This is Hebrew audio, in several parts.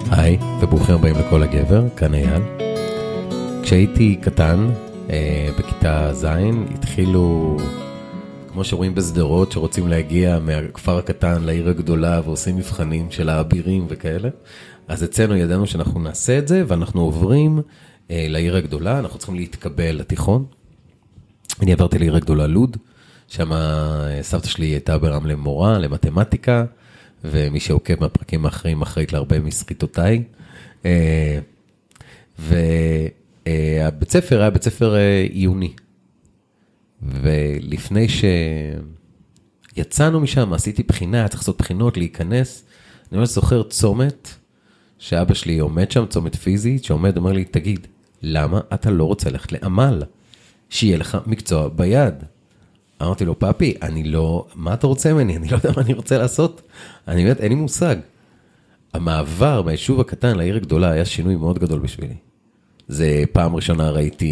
היי, וברוכים הבאים לכל הגבר, כאן אייל. כשהייתי קטן, בכיתה ז', התחילו, כמו שרואים בסדרות, שרוצים להגיע מהכפר הקטן לעיר הגדולה, ועושים מבחנים של האבירים וכאלה. אז אצלנו ידענו שאנחנו נעשה את זה, ואנחנו עוברים לעיר הגדולה, אנחנו צריכים להתקבל לתיכון. אני עברתי לעיר הגדולה לוד, שם סבתא שלי הייתה ברמלה מורה למתמטיקה, ומי שעוקב מהפרקים האחרים אחראית להרבה מסחיתותיי. והבית ספר היה בית ספר עיוני. ולפני שיצאנו משם, עשיתי בחינה, צריך לעשות בחינות, להיכנס. אני ממש זוכר צומת, שאבא שלי עומד שם, צומת פיזית, שעומד, אומר לי, תגיד, למה אתה לא רוצה ללכת לעמל? שיהיה לך מקצוע ביד. אמרתי לו, פאפי, אני לא, מה אתה רוצה ממני? אני לא יודע מה אני רוצה לעשות. אני באמת, אין לי מושג. המעבר מהיישוב הקטן לעיר הגדולה היה שינוי מאוד גדול בשבילי. זה פעם ראשונה ראיתי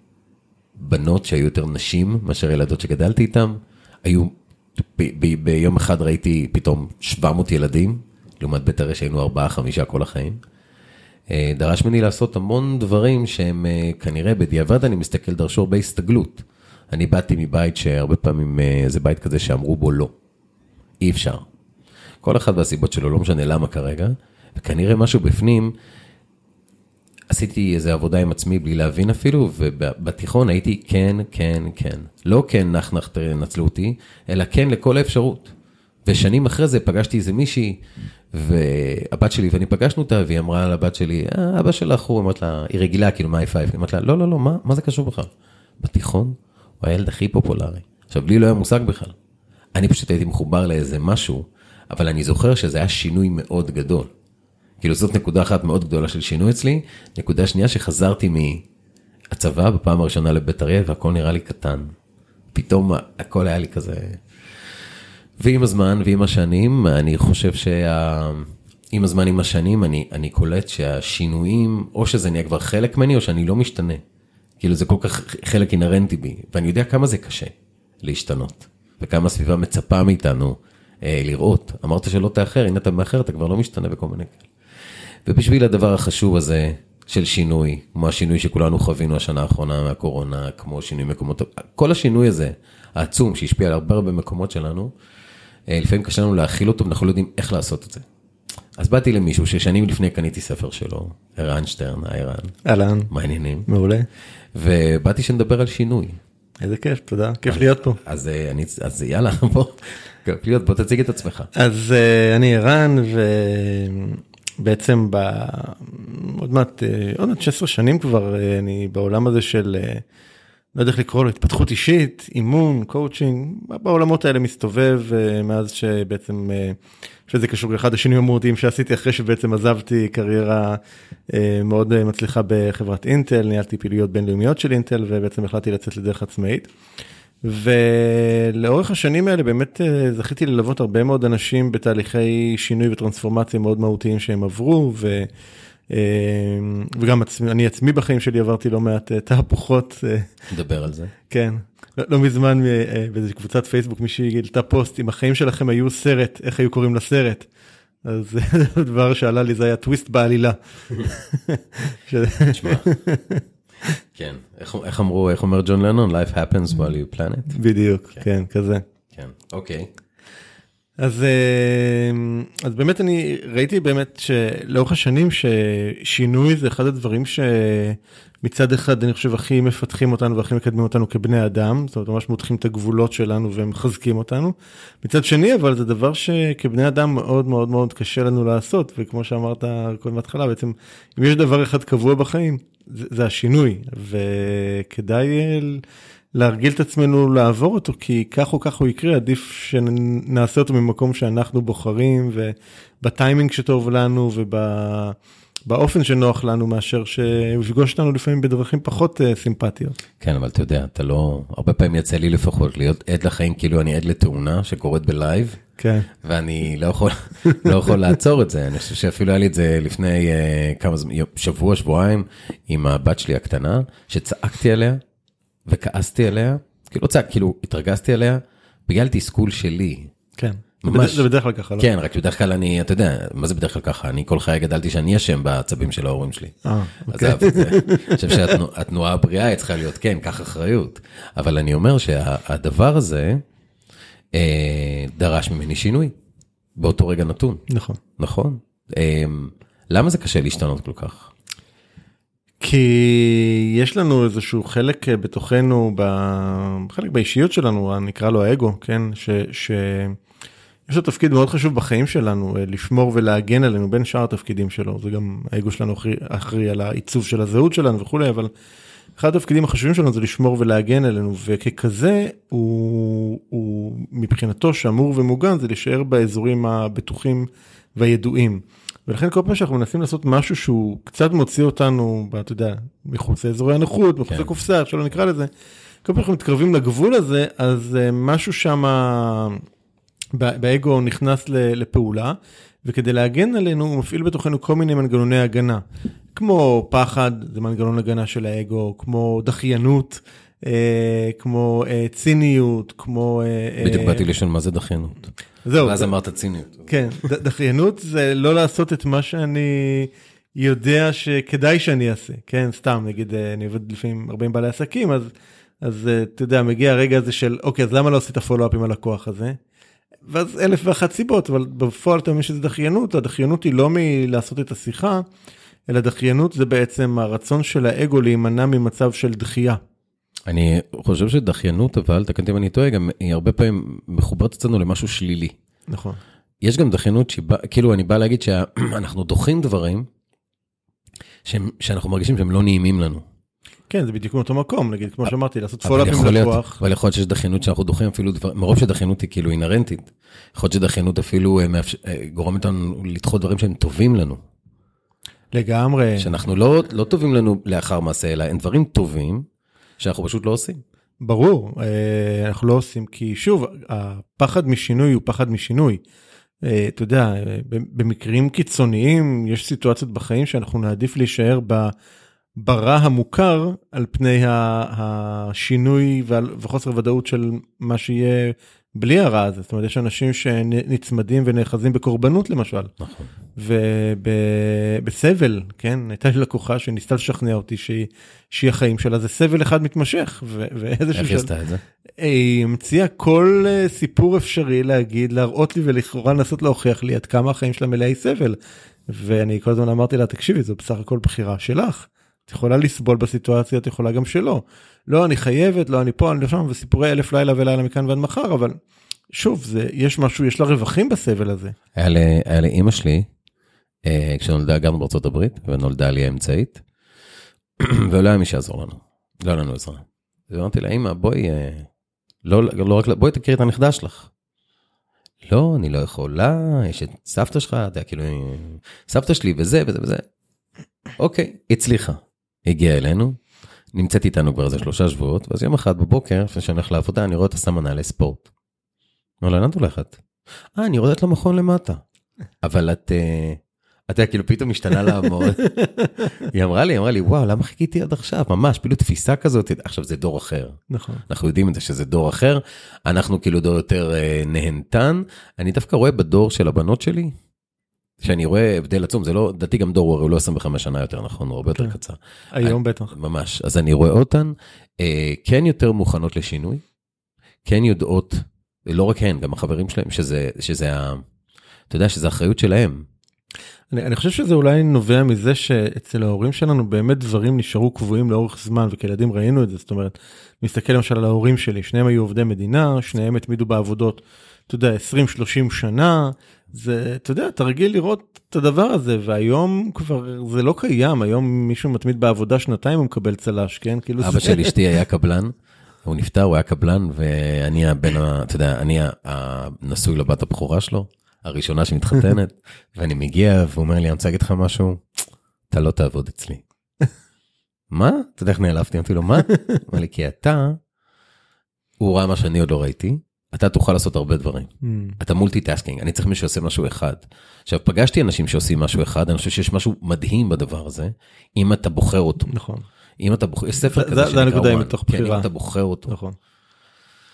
בנות שהיו יותר נשים, מאשר ילדות שגדלתי איתם. היו, ביום אחד ראיתי פתאום 700 ילדים, לעומת בית הרש היינו 4-5 כל החיים. דרש ממני לעשות המון דברים שהם כנראה בדיעבד, אני מסתכל דרשו הרבה הסתגלות. אני באתי מבית שהרבה פעמים זה בית כזה שאמרו בו לא. אי אפשר. כל אחד והסיבות שלו, לא משנה למה כרגע, וכנראה משהו בפנים, עשיתי איזו עבודה עם עצמי בלי להבין אפילו, ובתיכון הייתי כן, כן, כן. לא כן נח תנצלו אותי, אלא כן לכל האפשרות. ושנים אחרי זה פגשתי איזה מישהי, והבת שלי, ואני פגשנו אותה, והיא אמרה לבת שלי, אבא שלך הוא, אמרת לה, היא רגילה, כאילו, מה היא אמרת לה, לא, לא, לא, מה זה קשור בכלל? בתיכון, הוא הילד הכי פופולרי. עכשיו, לי לא היה מושג בכלל. אני פשוט הייתי מחובר לאיזה משהו, אבל אני זוכר שזה היה שינוי מאוד גדול. כאילו, זאת נקודה אחת מאוד גדולה של שינוי אצלי. נקודה שנייה שחזרתי מהצבא בפעם הראשונה לבית אריה, והכל נראה לי קטן. פתאום הכל היה לי כזה. ועם הזמן ועם השנים, אני חושב עם הזמן עם השנים, אני קולט שהשינויים, או שזה נהיה כבר חלק ממני, או שאני לא משתנה. כאילו זה כל כך חלק אינרנטי בי, ואני יודע כמה זה קשה להשתנות, וכמה הסביבה מצפה מאיתנו לראות. אמרת שלא תאחר, הנה אתה מאחר, אתה כבר לא משתנה בכל מיני כאלה. ובשביל הדבר החשוב הזה של שינוי, כמו השינוי שכולנו חווינו השנה האחרונה מהקורונה, כמו שינוי מקומות, כל השינוי הזה, העצום שהשפיע על הרבה מקומות שלנו, לפעמים קשה לנו להכיל אותו, ואנחנו לא יודעים איך לעשות את זה. אז באתי למישהו ששנים לפני קניתי ספר שלו, ערן שטרן, ערן. אהלן. מה העניינים? מעולה. ובאתי שנדבר על שינוי. איזה כיף, תודה. כיף להיות פה. אז יאללה, בוא תציג את עצמך. אז אני ערן, ובעצם עוד מעט 16 שנים כבר, אני בעולם הזה של, לא יודע איך לקרוא לו, התפתחות אישית, אימון, קואוצ'ינג, בעולמות האלה מסתובב, מאז שבעצם, שזה קשור לאחד השינויים המהותיים שעשיתי אחרי שבעצם עזבתי קריירה מאוד מצליחה בחברת אינטל, ניהלתי פעילויות בינלאומיות של אינטל, ובעצם החלטתי לצאת לדרך עצמאית. ולאורך השנים האלה באמת זכיתי ללוות הרבה מאוד אנשים בתהליכי שינוי וטרנספורמציה מאוד מהותיים שהם עברו, וגם אני עצמי בחיים שלי עברתי לא מעט תהפוכות. נדבר על זה. כן. לא מזמן באיזו קבוצת פייסבוק מישהי גילתה פוסט, אם החיים שלכם היו סרט, איך היו קוראים לסרט? אז זה דבר שעלה לי, זה היה טוויסט בעלילה. תשמע. כן, איך אמרו, איך אומר ג'ון לנון? Life happens while you plan it? בדיוק, כן, כזה. כן, אוקיי. אז באמת אני ראיתי באמת שלאורך השנים ששינוי זה אחד הדברים שמצד אחד אני חושב הכי מפתחים אותנו והכי מקדמים אותנו כבני אדם, זאת אומרת ממש מותחים את הגבולות שלנו ומחזקים אותנו. מצד שני אבל זה דבר שכבני אדם מאוד מאוד מאוד קשה לנו לעשות, וכמו שאמרת קודם בהתחלה, בעצם אם יש דבר אחד קבוע בחיים זה השינוי, וכדאי להרגיל את עצמנו לעבור אותו, כי כך או כך הוא יקרה, עדיף שנעשה אותו ממקום שאנחנו בוחרים, ובטיימינג שטוב לנו, ובאופן שנוח לנו, מאשר שיפגוש אותנו לפעמים בדרכים פחות סימפטיות. כן, אבל אתה יודע, אתה לא, הרבה פעמים יצא לי לפחות להיות עד לחיים, כאילו אני עד לתאונה שקורית בלייב, כן. ואני לא יכול לעצור את זה. אני חושב שאפילו היה לי את זה לפני שבוע, שבועיים, עם הבת שלי הקטנה, שצעקתי עליה, וכעסתי עליה, כאילו התרגזתי עליה, בגלל תסכול שלי. כן. ממש. זה בדרך כלל ככה, לא? כן, רק בדרך כלל אני, אתה יודע, מה זה בדרך כלל ככה? אני כל חיי גדלתי שאני אשם בעצבים של ההורים שלי. אוקיי. אני חושב שהתנועה הבריאה היא צריכה להיות, כן, כך אחריות. אבל אני אומר שהדבר הזה דרש ממני שינוי, באותו רגע נתון. נכון. נכון? למה זה קשה להשתנות כל כך? כי יש לנו איזשהו חלק בתוכנו, חלק באישיות שלנו, נקרא לו האגו, כן? יש לו תפקיד מאוד חשוב בחיים שלנו, לשמור ולהגן עלינו בין שאר התפקידים שלו. זה גם האגו שלנו אחראי על העיצוב של הזהות שלנו וכו', אבל אחד התפקידים החשובים שלנו זה לשמור ולהגן עלינו, וככזה הוא מבחינתו שמור ומוגן, זה להישאר באזורים הבטוחים והידועים. ולכן כל פעם שאנחנו מנסים לעשות משהו שהוא קצת מוציא אותנו, אתה יודע, מחוץ לאזורי הנוחות, מחוץ לקופסה, איך שלא נקרא לזה, כל פעם אנחנו מתקרבים לגבול הזה, אז משהו שם באגו נכנס לפעולה, וכדי להגן עלינו הוא מפעיל בתוכנו כל מיני מנגנוני הגנה, כמו פחד, זה מנגנון הגנה של האגו, כמו דחיינות, כמו ציניות, כמו... בדיוק באתי לשאול מה זה דחיינות. זהו. ואז אמרת ציניות. כן, דחיינות זה לא לעשות את מה שאני יודע שכדאי שאני אעשה, כן, סתם, נגיד, אני עובד לפעמים 40 בעלי עסקים, אז אתה יודע, מגיע הרגע הזה של, אוקיי, אז למה לא עשית פולו-אפ עם הלקוח הזה? ואז 1,001 סיבות, אבל בפועל אתה אומר שזה דחיינות, הדחיינות היא לא מלעשות את השיחה, אלא דחיינות זה בעצם הרצון של האגו להימנע ממצב של דחייה. אני חושב שדחיינות, אבל תקנתי אם אני טועה, גם היא הרבה פעמים מחוברת אצלנו למשהו שלילי. נכון. יש גם דחיינות, כאילו אני בא להגיד שאנחנו דוחים דברים, שאנחנו מרגישים שהם לא נעימים לנו. כן, זה בדיוק מאותו מקום, נגיד, כמו שאמרתי, לעשות פולאפ עם לקוח. אבל יכול להיות שיש דחיינות שאנחנו דוחים אפילו, מרוב שדחיינות היא כאילו אינרנטית, יכול להיות שדחיינות אפילו גורמת לנו לדחות דברים שהם טובים לנו. לגמרי. שאנחנו לא טובים לנו לאחר מעשה, אלא הם דברים טובים, שאנחנו פשוט לא עושים. ברור, אנחנו לא עושים, כי שוב, הפחד משינוי הוא פחד משינוי. אתה יודע, במקרים קיצוניים, יש סיטואציות בחיים שאנחנו נעדיף להישאר ברע המוכר, על פני השינוי וחוסר ודאות של מה שיהיה בלי הרע הזה. זאת אומרת, יש אנשים שנצמדים ונאחזים בקורבנות למשל. נכון. ובסבל, כן, הייתה לי לקוחה שניסתה לשכנע אותי שהיא החיים שלה, זה סבל אחד מתמשך. איך היא עשתה את זה? היא המציאה כל סיפור אפשרי להראות לי ולכאורה לנסות להוכיח לי עד כמה החיים שלה מלאי סבל. ואני כל הזמן אמרתי לה, תקשיבי, זו בסך הכל בחירה שלך. את יכולה לסבול בסיטואציה, את יכולה גם שלא. לא, אני חייבת, לא, אני פה, אני לא שם, וסיפורי 1000 לילה ולילה מכאן ועד מחר, אבל שוב, יש משהו, יש לה רווחים בסבל הזה. היה לאמא שלי, כשנולדה גרנו בארצות הברית, ונולדה לי האמצעית, ולא היה מי שיעזור לנו. לא היה לנו עזרה. ואמרתי לה, אמא, בואי תכירי את הנכדה שלך. לא, אני לא יכולה, יש את סבתא שלך, אתה כאילו, סבתא שלי וזה וזה וזה. אוקיי, הצליחה. הגיעה אלינו, נמצאת איתנו כבר איזה 3 שבועות, ואז יום אחד בבוקר, לפני שאני הולך לעבודה, אני רואה אותה שמה נעלי ספורט. לא, לאן את הולכת? אני יורדת למכון למטה. אבל את כאילו פתאום משתנה לה מאוד. היא אמרה לי, וואו, למה חיכיתי עד עכשיו? ממש, פעילו תפיסה כזאת, עכשיו זה דור אחר. נכון. אנחנו יודעים את זה שזה דור אחר, אנחנו כאילו דור יותר נהנתן, אני דווקא רואה בדור של הבנות שלי, שאני רואה הבדל עצום, זה לא, דעתי גם דור, הוא לא 25 שנה יותר, נכון, הוא הרבה יותר קצר. היום בטח. ממש, אז אני רואה אותן, כן יותר מוכנות לשינוי, כן יודעות, לא רק הן, גם החברים שלהם, אתה יודע, שזה האחריות שלהם. אני חושב שזה אולי נובע מזה שאצל ההורים שלנו באמת דברים נשארו קבועים לאורך זמן, וכילדים ראינו את זה, זאת אומרת, מסתכל למשל על ההורים שלי, שניהם היו עובדי מדינה, שניהם התמידו בעבודות, אתה יודע, 20-30 שנה, זה, אתה יודע, אתה רגיל לראות את הדבר הזה, והיום כבר זה לא קיים, היום מישהו מתמיד בעבודה 2 הוא מקבל צלש, כן? כאילו אבא של אשתי היה קבלן, הוא נפטר, הוא היה קבלן, ואני אתה יודע, אני הנשוי לבת הבכורה שלו, הראשונה שמתחתנת, ואני מגיע, והוא אומר לי, אני רוצה להגיד לך משהו, אתה לא תעבוד אצלי. מה? אתה יודע איך נעלבתי, אמרתי לו, מה? אמר לי, כי הוא ראה מה שאני עוד לא ראיתי, אתה תוכל לעשות הרבה דברים. אתה מולטי-טסקינג, אני צריך מי שעושה משהו אחד. עכשיו, פגשתי אנשים שעושים משהו אחד, אני חושב שיש משהו מדהים בדבר הזה, אם אתה בוחר אותו. נכון. אם אתה בוחר, יש ספר כזה זה הנקודה מתוך בחירה. אם אתה בוחר אותו. נכון.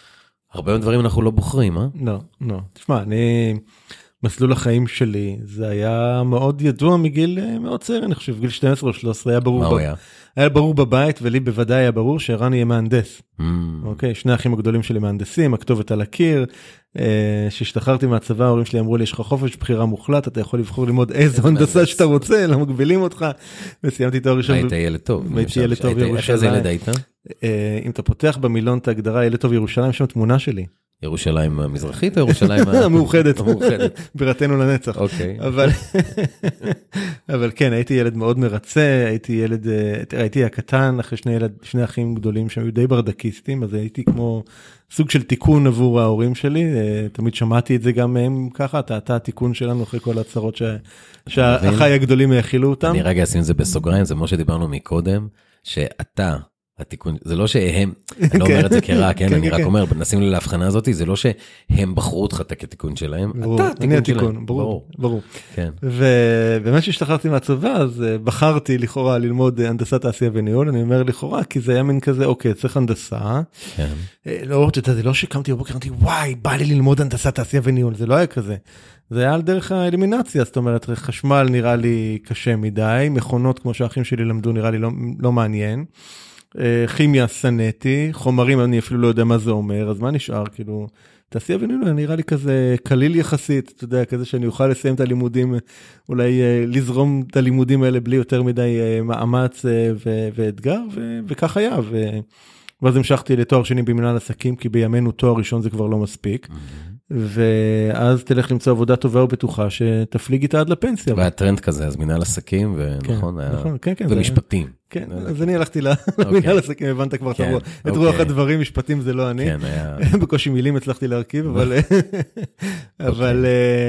הרבה דברים אנחנו לא בוחרים, אה? לא. תשמע, מסלול החיים שלי, זה היה מאוד ידוע מגיל מאוד צעיר, אני חושב, גיל 12 או 13, היה ברור. מה הוא היה? היה ברור בבית, ולי בוודאי היה ברור שערן יהיה מהנדס. אוקיי, שני האחים הגדולים שלי מהנדסים, הכתובת על הקיר, שהשתחררתי מהצבא, ההורים שלי אמרו לי, יש לך חופש בחירה מוחלט, אתה יכול לבחור ללמוד איזו הנדסה שאתה רוצה, לא מגבילים אותך, וסיימתי תואר ראשון. היית ילד טוב. הייתי ילד טוב ירושלים. איך איזה ילד היית? אם אתה פותח במילון את ההגדרה, ילד טוב ירושלים, שם תמונה שלי. ירושלים המזרחית או ירושלים המאוחדת, בירתנו לנצח. אוקיי. אבל כן, הייתי ילד מאוד מרצה, הייתי הקטן, אחרי שני אחים גדולים שהם היו די ברדקיסטים, אז הייתי כמו סוג של תיקון עבור ההורים שלי, תמיד שמעתי את זה גם מהם ככה, אתה התיקון שלנו אחרי כל הצרות שהאחיי הגדולים האכילו אותם. אני רגע אשים את זה בסוגריים, זה כמו שדיברנו מקודם, שאתה, התיקון, זה לא שהם, אני לא אומר את זה כרע, כן, אני רק אומר, נשים לי להבחנה הזאת, זה לא שהם בחרו אותך כתיקון שלהם, אתה התיקון שלהם. ברור. ובאמת שהשתחררתי מהצבא, אז בחרתי לכאורה ללמוד הנדסת תעשייה וניהול, אני אומר לכאורה, כי זה היה מין כזה, אוקיי, צריך הנדסה, זה לא שקמתי בבוקר, אמרתי, וואי, בא לי ללמוד הנדסת תעשייה וניהול, זה לא היה כזה. זה היה על דרך האלימינציה, זאת אומרת, חשמל נראה לי קשה מדי, מכונות כמו שהאחים שלי למדו נראה לי לא מעניין, כימיה סנטי, חומרים אני אפילו לא יודע מה זה אומר, אז מה נשאר? כאילו, תעשייה וניהול נראה לי כזה קליל יחסית, אתה יודע, כזה שאני אוכל לסיים את הלימודים, אולי לזרום את הלימודים האלה בלי יותר מדי מאמץ ואתגר, וכך היה, ואז המשכתי לתואר שני במנהל עסקים, כי בימינו תואר ראשון זה כבר לא מספיק, ואז תלך למצוא עבודה טובה ובטוחה שתפליג איתה עד לפנסיה. והיה טרנד כזה, אז מנהל עסקים, ונכון, ומשפטים. כן, אז אני הלכתי למנהל עסקים, הבנת כבר את רוח הדברים, משפטים זה לא אני. בקושי מילים הצלחתי להרכיב, אבל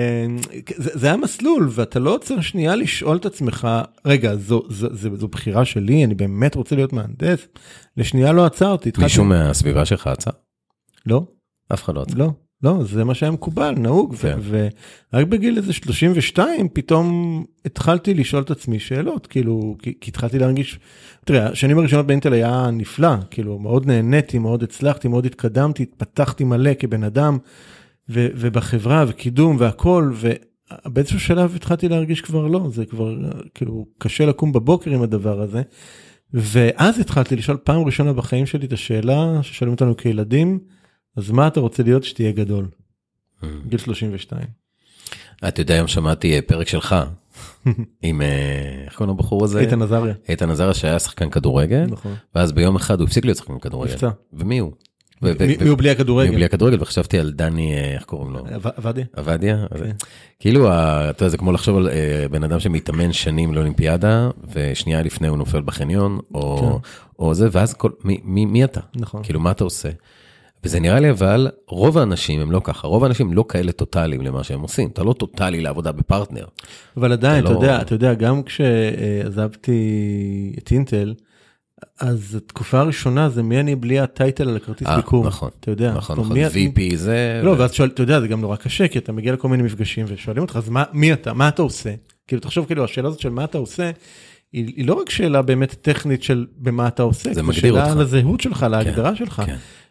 זה היה מסלול, ואתה לא עוצר שנייה לשאול את עצמך, רגע, זו בחירה שלי, אני באמת רוצה להיות מהנדס, לשנייה לא עצרתי. מישהו מהסביבה שלך עצר? לא. אף אחד לא עצר. לא, זה מה שהיה מקובל, נהוג, ורק בגיל איזה 32, פתאום התחלתי לשאול את עצמי שאלות, כאילו, כי התחלתי להרגיש, תראה, השנים הראשונות באינטל היה נפלא, כאילו, מאוד נהניתי, מאוד הצלחתי, מאוד התקדמתי, התפתחתי מלא כבן אדם, ובחברה, וקידום, והכל, ובאיזשהו שלב התחלתי להרגיש כבר לא, זה כבר, כאילו, קשה לקום בבוקר עם הדבר הזה, ואז התחלתי לשאול פעם ראשונה בחיים שלי את השאלה, ששואלים אותנו כילדים, אז מה אתה רוצה להיות שתהיה גדול? גיל 32. אתה יודע, היום שמעתי פרק שלך, עם, איך קוראים הבחור הזה? איתן עזריה. איתן עזריה שהיה שחקן כדורגל, ואז ביום אחד הוא הפסיק להיות שחקן כדורגל. נפצע. ומי הוא? מי הוא בלי הכדורגל? מי בלי הכדורגל, וחשבתי על דני, איך קוראים לו? עבדיה. עבדיה? כאילו, אתה יודע, זה כמו לחשוב על בן אדם שמתאמן שנים לאולימפיאדה, ושנייה לפני הוא נופל בחניון, או זה, ואז מי אתה? נכון. כאילו, מה אתה עושה? וזה נראה לי אבל, רוב האנשים הם לא ככה, רוב האנשים לא כאלה טוטליים למה שהם עושים, אתה לא טוטלי לעבודה בפרטנר. אבל עדיין, אתה יודע, גם כשעזבתי את אינטל, אז התקופה הראשונה זה מי אני בלי הטייטל על הכרטיס ביקור. נכון, אתה יודע. נכון, VP זה... לא, ואז אתה יודע, זה גם נורא קשה, כי אתה מגיע לכל מיני מפגשים ושואלים אותך, אז מי אתה? מה אתה עושה? כאילו, תחשוב, כאילו, השאלה הזאת של מה אתה עושה, היא לא רק שאלה באמת טכנית של במה אתה עושה, זה מגדיר אותך. שאלה על הזהות שלך, על ההגדרה שלך.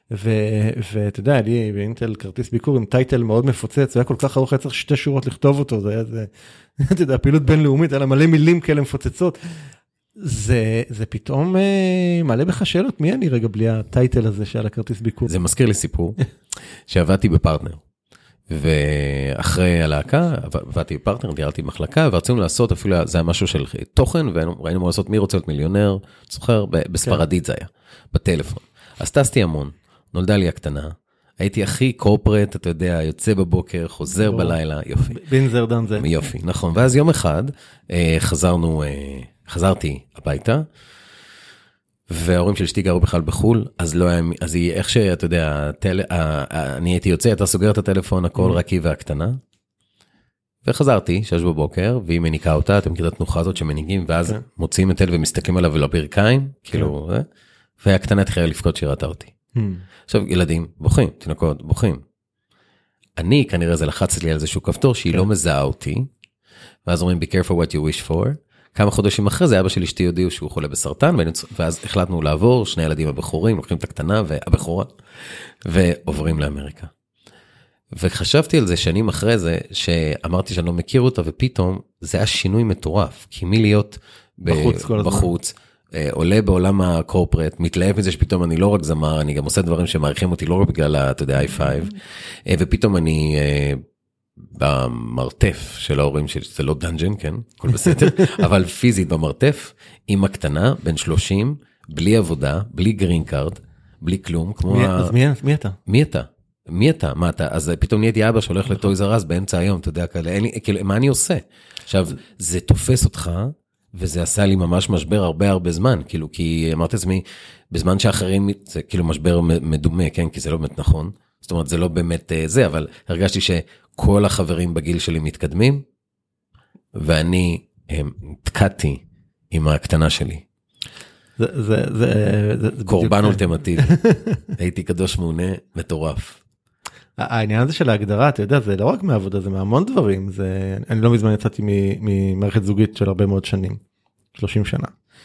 ואתה יודע, לי באינטל כרטיס ביקור עם טייטל מאוד מפוצץ, היה כל כך ארוך, היה צריך 2 שורות לכתוב אותו, זה היה, אתה יודע, פעילות בינלאומית, היה לה מלא מילים כאלה מפוצצות, זה פתאום מעלה בך שאלות, מי אני רגע בלי הטייטל הזה שעל הכרטיס ביקור? זה מזכיר לי סיפור, שעבדתי בפרטנר, ואחרי הלהקה, עבדתי בפרטנר, דירתי במחלקה, ורצינו לעשות אפילו, זה היה משהו של תוכן, וראינו מה לעשות, מי רוצה להיות מיליונר, זוכר, בספרדית זה היה, בטלפון. אז טסתי המון, נולדה לי הקטנה, הייתי הכי קורפרט, אתה יודע, יוצא בבוקר, חוזר בלילה, יופי. בינזר דן זה. יופי, נכון. ואז יום אחד חזרתי הביתה, וההורים של אשתי גרו בכלל בחול, אז לא היה, אז היא, איך שאתה יודע, אני הייתי יוצא, אתה סוגר את הטלפון, הכל רקי והקטנה, וחזרתי, 6 בבוקר, והיא מניקה אותה, אתם מכירים את התנוחה הזאת שמניגים, ואז מוציאים את אל ומסתכלים עליו ולברכיים, כאילו, והקטנה התחילה לבכות שראתה אותי. עכשיו, ילדים בוכים, תינוקות בוכים. אני, כנראה זה לחץ לי על איזשהו כפתור, שהיא לא מזהה אותי, ואז אומרים, be careful what you wish for, כמה חודשים אחרי זה, אבא של אשתי הודיעו שהוא חולה בסרטן, ואז החלטנו לעבור, שני ילדים הבחורים, לוקחים את הקטנה והבחורה, ועוברים לאמריקה. וחשבתי על זה שנים אחרי זה, שאמרתי שאני לא מכיר אותה, ופתאום זה היה שינוי מטורף, כי מי להיות בחוץ, עולה בעולם הקורפרט, מתלהב מזה שפתאום אני לא רק זמר, אני גם עושה דברים שמעריכים אותי לא רק בגלל, אתה יודע, i5, ופתאום אני במרתף של ההורים שלי, זה לא דנג'ן, כן, הכל בסדר, אבל פיזית במרתף, עם הקטנה, בן 30, בלי עבודה, בלי גרין קארד, בלי כלום, כמו... אז מי אתה? מי אתה? מה אתה? אז פתאום נהייתי אבא שהולך לטויז אר אס באמצע היום, אתה יודע, כאילו, מה אני עושה? עכשיו, זה תופס אותך, וזה עשה לי ממש משבר הרבה זמן, כאילו, כי אמרתי לעצמי, בזמן שאחרים, זה כאילו משבר מדומה, כן, כי זה לא באמת נכון, זאת אומרת, זה לא באמת זה, אבל הרגשתי שכל החברים בגיל שלי מתקדמים, ואני תקעתי עם הקטנה שלי. זה קורבן אולטימטיבי, הייתי קדוש מעונה מטורף. העניין הזה של ההגדרה, אתה יודע, זה לא רק מהעבודה, זה מהמון דברים, אני לא מזמן יצאתי ממערכת זוגית של הרבה מאוד שנים, 30 שנה,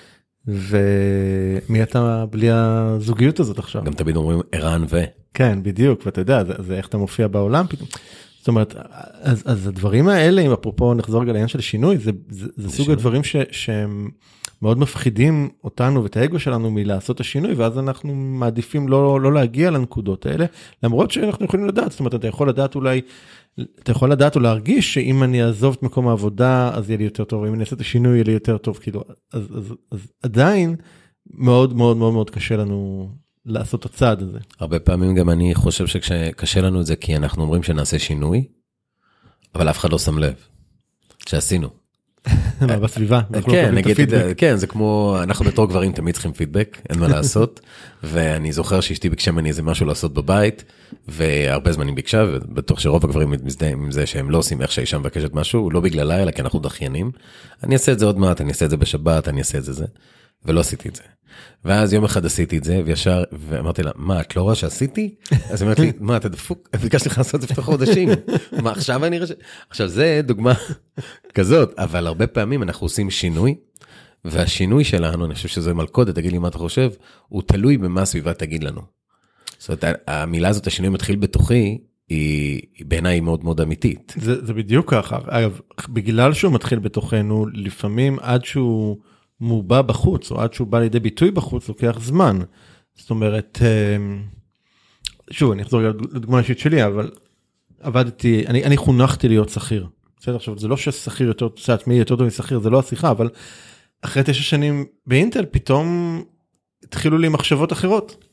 ומי אתה בלי הזוגיות הזאת עכשיו? גם תמיד אומרים ערן כן, בדיוק, ואתה יודע, זה איך אתה מופיע בעולם פתאום, זאת אומרת, אז הדברים האלה, אם אפרופו נחזור רגע לעניין של שינוי, זה סוג הדברים שהם מאוד מפחידים אותנו ואת האגו שלנו מלעשות את השינוי, ואז אנחנו מעדיפים לא להגיע לנקודות האלה, למרות שאנחנו יכולים לדעת, זאת אומרת, אתה יכול לדעת או להרגיש שאם אני אעזוב את מקום העבודה, אז יהיה לי יותר טוב, אם אני אעשה את השינוי, יהיה לי יותר טוב, כאילו, אז עדיין מאוד מאוד מאוד מאוד קשה לנו לעשות את הצעד הזה. הרבה פעמים גם אני חושב שקשה לנו את זה, כי אנחנו אומרים שנעשה שינוי, אבל אף אחד לא שם לב, שעשינו. בסביבה. כן, זה כמו, אנחנו בתור גברים תמיד צריכים פידבק, אין מה לעשות, ואני זוכר שאשתי ביקשה ממני איזה משהו לעשות בבית, והרבה זמן היא ביקשה, ובטוח שרוב הגברים מזדהים עם זה שהם לא עושים איך שהאישה מבקשת משהו, לא בגללה, אלא כי אנחנו דחיינים, אני אעשה את זה עוד מעט, אני אעשה את זה בשבת, אני אעשה את זה, ולא עשיתי את זה. ואז יום אחד עשיתי את זה, וישר, ואמרתי לה, מה, את לא רואה שעשיתי? אז היא אמרת לי, מה, אתה דפוק? ביקשתי לך לעשות את זה בתוך חודשים. מה, עכשיו אני רשת? עכשיו, זה דוגמה כזאת, אבל הרבה פעמים אנחנו עושים שינוי, והשינוי שלנו, אני חושב שזה מלכודת, תגיד לי מה אתה חושב, הוא תלוי במה הסביבה תגיד לנו. זאת אומרת, המילה הזאת, השינוי מתחיל בתוכי, היא בעיניי מאוד מאוד אמיתית. זה בדיוק ככה. אגב, בגלל שהוא מתחיל בתוכנו, לפעמים עד שהוא מובע בחוץ, או עד שהוא בא לידי ביטוי בחוץ, לוקח זמן. זאת אומרת, שוב, אני אחזור לדוגמה אישית שלי, אבל עבדתי, אני חונכתי להיות שכיר. בסדר, עכשיו, זה לא ששכיר יותר, מי יותר טוב משכיר, זה לא השיחה, אבל אחרי 9 שנים באינטל, פתאום התחילו לי מחשבות אחרות.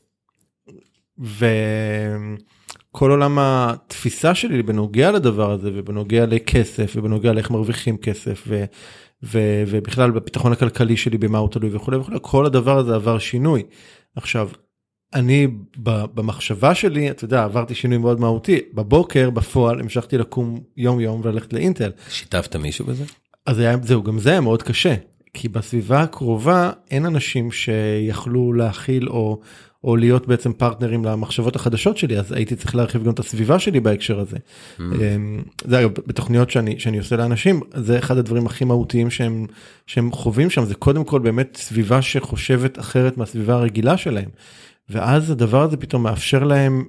וכל עולם התפיסה שלי בנוגע לדבר הזה, ובנוגע לכסף, ובנוגע לאיך מרוויחים כסף, ובכלל בפיתחון הכלכלי שלי במה הוא תלוי וכו' וכו', כל הדבר הזה עבר שינוי. עכשיו, אני במחשבה שלי, אתה יודע, עברתי שינוי מאוד מהותי, בבוקר, בפועל, המשכתי לקום יום יום וללכת לאינטל. שיתפת מישהו בזה? אז זהו, גם זה היה מאוד קשה, כי בסביבה הקרובה אין אנשים שיכלו להכיל או להיות בעצם פרטנרים למחשבות החדשות שלי, אז הייתי צריך להרחיב גם את הסביבה שלי בהקשר הזה. זה אגב, בתוכניות שאני עושה לאנשים, זה אחד הדברים הכי מהותיים שהם חווים שם, זה קודם כל באמת סביבה שחושבת אחרת מהסביבה הרגילה שלהם, ואז הדבר הזה פתאום מאפשר להם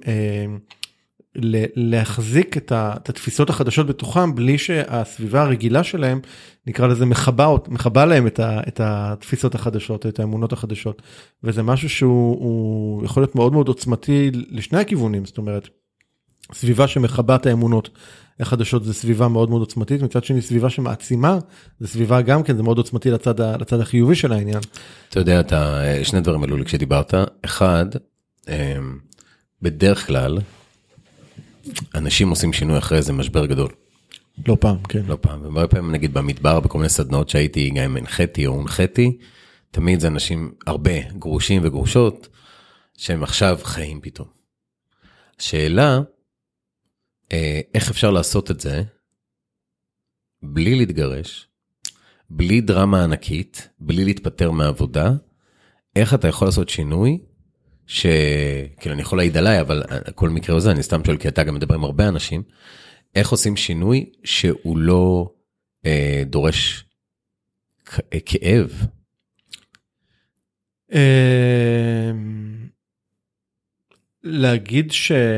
להחזיק את התפיסות החדשות בתוכם, בלי שהסביבה הרגילה שלהם, נקרא לזה מחבה להם את התפיסות החדשות, את האמונות החדשות, וזה משהו שהוא יכול להיות מאוד מאוד עוצמתי לשני הכיוונים, זאת אומרת, סביבה שמחבה את האמונות החדשות, זה סביבה מאוד מאוד עוצמתית, מצד שני סביבה שמעצימה, זה סביבה גם כן, זה מאוד עוצמתי לצד החיובי של העניין. אתה יודע, שני דברים עלו לי כשדיברת, אחד, בדרך כלל, אנשים עושים שינוי אחרי זה משבר גדול. לא פעם, כן. לא פעם, והרבה פעמים נגיד במדבר, בכל מיני סדנות שהייתי גם הנחיתי או הונחיתי, תמיד זה אנשים הרבה גרושים וגרושות, שהם עכשיו חיים פתאום. שאלה, איך אפשר לעשות את זה, בלי להתגרש, בלי דרמה ענקית, בלי להתפטר מהעבודה, איך אתה יכול לעשות שינוי, שכאילו אני יכול להעיד עליי, אבל כל מקרה הזה, אני סתם שואל, כי אתה גם מדבר עם הרבה אנשים, איך עושים שינוי שהוא לא דורש כאב? להגיד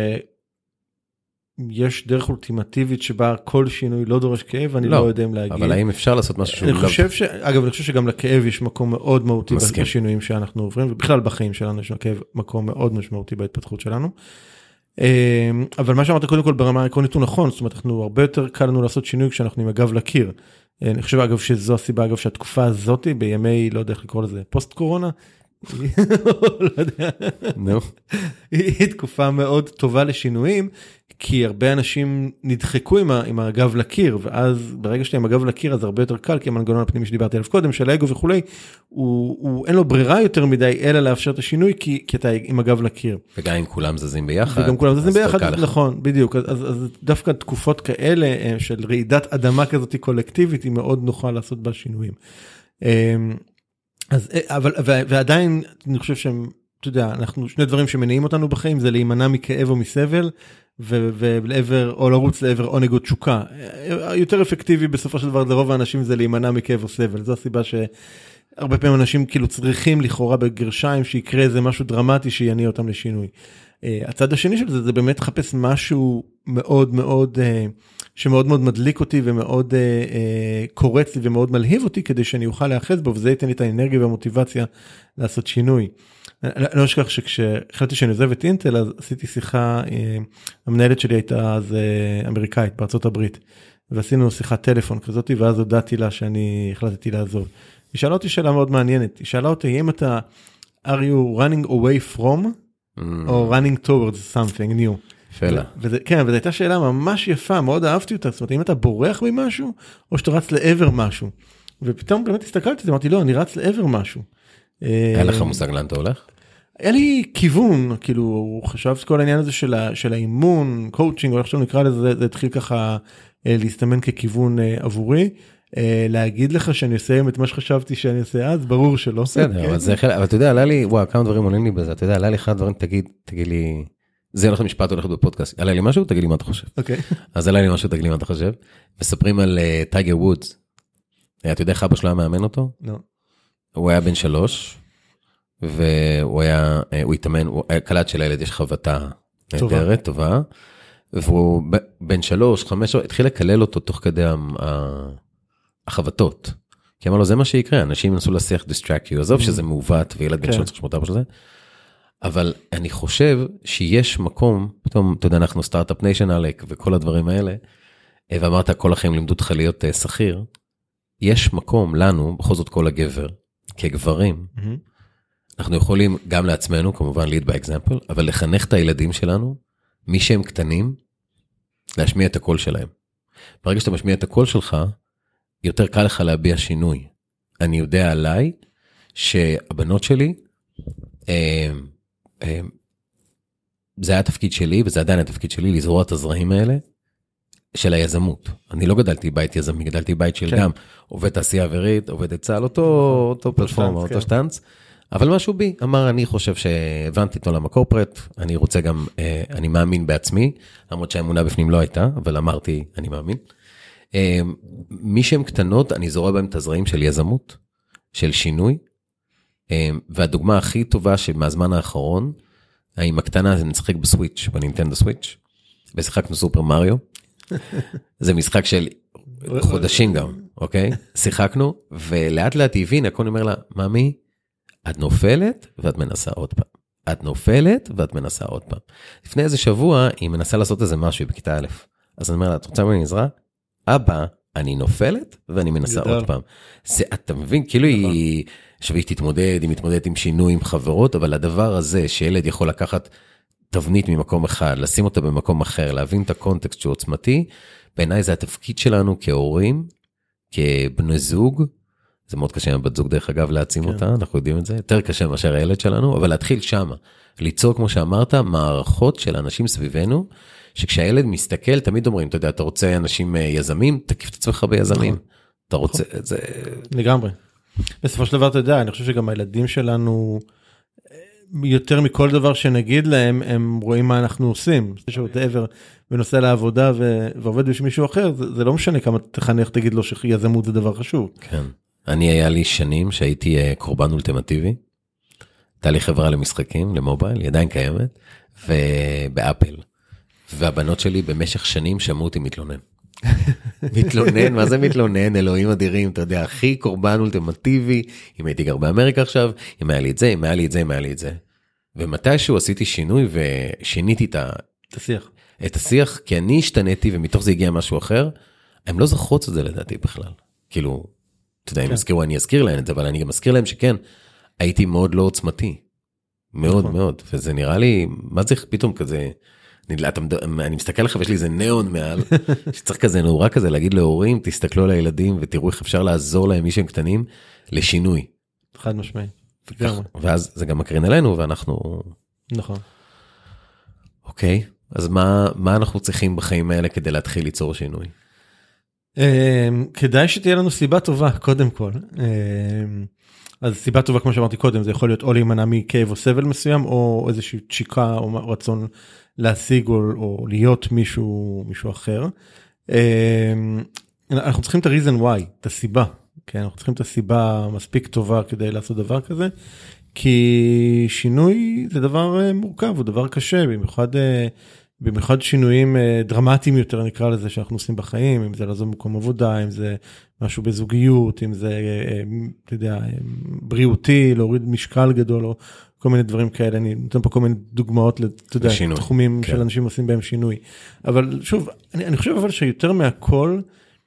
שיש דרך אולטימטיבית שבה כל שינוי לא דורש כאב, אני לא יודע אם להגיד. אבל האם אפשר לעשות משהו שהוא... אגב, אני חושב שגם לכאב יש מקום מאוד מהותי בשינויים שאנחנו עוברים, ובכלל בחיים שלנו יש לכאב מקום מאוד משמעותי בהתפתחות שלנו. אבל מה שאמרת קודם כל ברמה העקרונית הוא נכון, זאת אומרת, אנחנו הרבה יותר קל לנו לעשות שינוי כשאנחנו עם הגב לקיר. אני חושב אגב שזו הסיבה, אגב, שהתקופה הזאת בימי, לא יודע איך לקרוא לזה, פוסט קורונה, לא יודע, היא תקופה מאוד טובה לשינויים, כי הרבה אנשים נדחקו עם הגב לקיר, ואז ברגע שאתה עם הגב לקיר, אז הרבה יותר קל, כי המנגנון הפנימי שדיברתי עליו קודם, של האגו וכולי, אין לו ברירה יותר מדי, אלא לאפשר את השינוי, כי אתה עם הגב לקיר. וגם אם כולם זזים ביחד. וגם כולם זזים ביחד, נכון, בדיוק. אז דווקא תקופות כאלה, של רעידת אדמה כזאת קולקטיבית, היא מאוד נוחה לעשות בה שינויים. אז, אבל, ועדיין, אני חושב שהם, אתה יודע, אנחנו, שני דברים שמניעים אותנו בחיים, זה להימנע מכאב או מסבל, ולעבר, או לרוץ לעבר עונג או תשוקה. יותר אפקטיבי בסופו של דבר לרוב האנשים זה להימנע מכאב או סבל. זו הסיבה שהרבה פעמים אנשים כאילו צריכים לכאורה בגרשיים, שיקרה איזה משהו דרמטי שיניע אותם לשינוי. הצד השני של זה, זה באמת לחפש משהו מאוד מאוד, שמאוד מאוד מדליק אותי ומאוד קורץ לי ומאוד מלהיב אותי, כדי שאני אוכל להאחז בו, וזה ייתן לי את האנרגיה והמוטיבציה לעשות שינוי. אני לא אשכח שכשהחלטתי שאני עוזב את אינטל, אז עשיתי שיחה, המנהלת שלי הייתה אז אמריקאית בארצות הברית, ועשינו שיחת טלפון כזאת, ואז הודעתי לה שאני החלטתי לעזוב. היא שאלה אותי שאלה מאוד מעניינת, היא שאלה אותי, אם אתה, are you running away from, או running towards something new. שאלה. כן, וזו הייתה שאלה ממש יפה, מאוד אהבתי אותה, זאת אומרת, אם אתה בורח ממשהו, או שאתה רץ לעבר משהו. ופתאום באמת הסתכלתי, אמרתי, לא, אני רץ לעבר משהו. היה לך מושג לאן אתה הולך? היה לי כיוון, כאילו, חשבתי כל העניין הזה של האימון, קואוצ'ינג, או איך שאתה נקרא לזה, זה התחיל ככה להסתמן ככיוון עבורי. להגיד לך שאני אסיים את מה שחשבתי שאני אעשה אז, ברור שלא. בסדר, אבל אתה יודע, עלה לי, וואו, כמה דברים עולים לי בזה, אתה יודע, עלה לי אחד דברים, תגיד לי, זה הולך למשפט, הולכת בפודקאסט, עלה לי משהו, תגיד לי מה אתה חושב. אוקיי. אז עלה לי משהו, תגיד לי מה אתה חושב. מספרים על טייגר וודס. אתה יודע איך אבא שלו היה מאמן אותו? לא. הוא היה בן 3, והוא היה, הוא התאמן, קלט של הילד, יש חבטה נהדרת, טובה, והוא בן 3, 5, התחיל לקלל אותו תוך כדי החבטות. כי אמר לו, זה מה שיקרה, אנשים ינסו להשיח distract you, עזוב שזה מעוות, וילד בן 3 שמות אבא של זה, אבל אני חושב שיש מקום, פתאום, אתה יודע, אנחנו סטארט-אפ ניישן עלק, וכל הדברים האלה, ואמרת, כל החיים לימדו אותך להיות שכיר, יש מקום לנו, בכל זאת כל הגבר, כגברים, אנחנו יכולים גם לעצמנו, כמובן lead by example, אבל לחנך את הילדים שלנו, מי שהם קטנים, להשמיע את הקול שלהם. ברגע שאתה משמיע את הקול שלך, יותר קל לך להביע שינוי. אני יודע עליי, שהבנות שלי, זה היה התפקיד שלי, וזה עדיין התפקיד שלי, לזרוע את הזרעים האלה, של היזמות. אני לא גדלתי בית יזמי, גדלתי בית של גם עובד תעשייה אווירית, עובד את צה"ל, אותו פלטפורמה, אותו שטנץ, אבל משהו בי אמר, אני חושב שהבנתי את עולם הקורפרט, אני רוצה גם, אני מאמין בעצמי, למרות שהאמונה בפנים לא הייתה, אבל אמרתי, אני מאמין. מי שהם קטנות, אני זורע בהם את הזרעים של יזמות, של שינוי, והדוגמה הכי טובה שמהזמן האחרון, עם הקטנה זה נשחק בסוויץ', בנינטנדו סוויץ', ושיחקנו סופר מריו, זה משחק של חודשים גם, אוקיי? שיחקנו, ולאט לאט היא הבינה, הכל אומר לה, ממי, את נופלת ואת מנסה עוד פעם. את נופלת ואת מנסה עוד פעם. לפני איזה שבוע, היא מנסה לעשות איזה משהו בכיתה א', אז אני אומר לה, את רוצה ממני עזרה? אבא, אני נופלת ואני מנסה עוד פעם. זה, אתה מבין, כאילו היא תתמודד, היא מתמודדת עם שינוי, עם חברות, אבל הדבר הזה, שילד יכול לקחת תבנית ממקום אחד, לשים אותה במקום אחר, להבין את הקונטקסט שהוא עוצמתי, בעיניי זה התפקיד שלנו כהורים, כבני זוג, זה מאוד קשה עם בת זוג דרך אגב להעצים אותה, אנחנו יודעים את זה, יותר קשה מאשר הילד שלנו, אבל להתחיל שמה, ליצור כמו שאמרת, מערכות של אנשים סביבנו, שכשהילד מסתכל, תמיד אומרים, אתה יודע, אתה רוצה אנשים יזמים, תקיף את עצמך ביזמים, אתה רוצה את זה. לגמרי. בסופו של דבר, אתה יודע, אני חושב שגם הילדים שלנו, יותר מכל דבר שנגיד להם, הם רואים מה אנחנו עושים. זה שעבר ונוסע לעבודה ועובד בשביל מישהו אחר, זה לא משנה כמה תחנך תגיד לו שיזמות זה דבר חשוב. כן. אני היה לי שנים שהייתי קורבן אולטימטיבי, הייתה לי חברה למשחקים, למובייל, היא עדיין קיימת, ובאפל, והבנות שלי במשך שנים שמעו אותי מתלונן. מתלונן, מה זה מתלונן? אלוהים אדירים, אתה יודע, הכי קורבן אולטימטיבי, אם הייתי גר באמריקה עכשיו, אם היה לי את זה, אם היה לי את זה, אם היה לי את זה. ומתישהו עשיתי שינוי ושיניתי את השיח, כי אני השתניתי ומתוך זה הגיע משהו אחר, הם לא זוכרות את זה לדעתי בכלל. כאילו, אתה יודע, אם יזכירו, אני אזכיר להם את זה, אבל אני גם אזכיר להם שכן, הייתי מאוד לא עוצמתי. מאוד מאוד, וזה נראה לי, מה זה פתאום כזה, אני מסתכל לך ויש לי איזה ניאון מעל, שצריך כזה נורא כזה להגיד להורים, תסתכלו על הילדים ותראו איך אפשר לעזור להם מי שהם קטנים, לשינוי. חד משמעי. ואז זה גם מקרין עלינו ואנחנו... נכון. אוקיי, אז מה אנחנו צריכים בחיים האלה כדי להתחיל ליצור שינוי? כדאי שתהיה לנו סיבה טובה, קודם כל. אז סיבה טובה, כמו שאמרתי קודם, זה יכול להיות או להימנע מכאב או סבל מסוים, או איזושהי תשיקה או רצון להשיג או להיות מישהו אחר. אנחנו צריכים את ה-reason why, את הסיבה. כן, אנחנו צריכים את הסיבה מספיק טובה כדי לעשות דבר כזה, כי שינוי זה דבר מורכב, הוא דבר קשה, במיוחד שינויים דרמטיים יותר, נקרא לזה, שאנחנו עושים בחיים, אם זה לעזוב מקום עבודה, אם זה משהו בזוגיות, אם זה, אתה יודע, בריאותי, להוריד משקל גדול, או כל מיני דברים כאלה. אני נותן פה כל מיני דוגמאות, אתה יודע, תחומים של אנשים עושים בהם שינוי. אבל שוב, אני חושב אבל שיותר מהכל,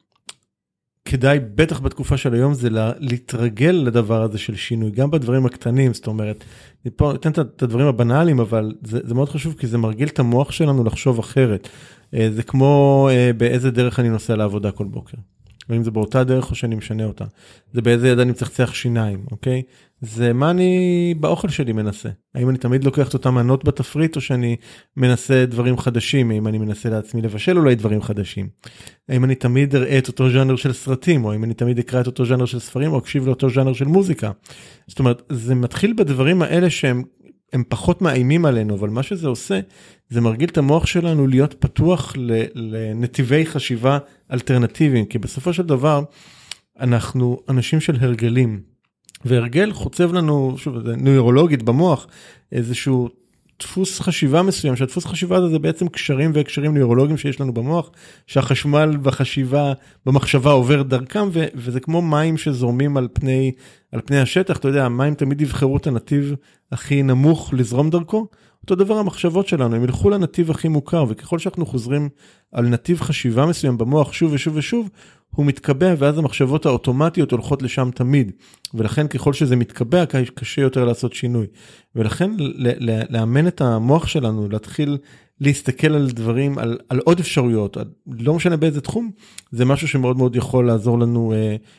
כדאי, בטח בתקופה של היום, זה להתרגל לדבר הזה של שינוי, גם בדברים הקטנים, זאת אומרת, פה ניתן את הדברים הבנאליים, אבל זה מאוד חשוב, כי זה מרגיל את המוח שלנו לחשוב אחרת. זה כמו באיזה דרך אני נוסע לעבודה כל בוקר. ואם זה באותה דרך או שאני משנה אותה. זה באיזה יד אני מצחצח שיניים, אוקיי? זה מה אני באוכל שלי מנסה. האם אני תמיד לוקח את אותם מנות בתפריט, או שאני מנסה דברים חדשים? האם אני מנסה לעצמי לבשל אולי דברים חדשים? האם אני תמיד אראה את אותו ז'אנר של סרטים, או האם אני תמיד אקרא את אותו ז'אנר של ספרים, או אקשיב לאותו ז'אנר של מוזיקה? זאת אומרת, זה מתחיל בדברים האלה שהם פחות מאיימים עלינו, אבל מה שזה עושה, זה מרגיל את המוח שלנו להיות פתוח לנתיבי חשיבה אלטרנטיביים, כי בסופו של דבר, אנחנו אנשים של הרגלים, והרגל חוצב לנו, שוב, זה נוירולוגית במוח, איזשהו דפוס חשיבה מסוים, שהדפוס חשיבה הזה זה בעצם קשרים והקשרים נוירולוגיים שיש לנו במוח, שהחשמל בחשיבה, במחשבה עובר דרכם, וזה כמו מים שזורמים על פני השטח, אתה יודע, המים תמיד יבחרו את הנתיב הכי נמוך לזרום דרכו, אותו דבר המחשבות שלנו, הם ילכו לנתיב הכי מוכר, וככל שאנחנו חוזרים על נתיב חשיבה מסוים במוח שוב ושוב ושוב, הוא מתקבע, ואז המחשבות האוטומטיות הולכות לשם תמיד, ולכן ככל שזה מתקבע, קשה יותר לעשות שינוי, ולכן לאמן את המוח שלנו, להתחיל להסתכל על דברים, על עוד אפשרויות, לא משנה באיזה תחום, זה משהו שמאוד מאוד יכול לעזור לנו,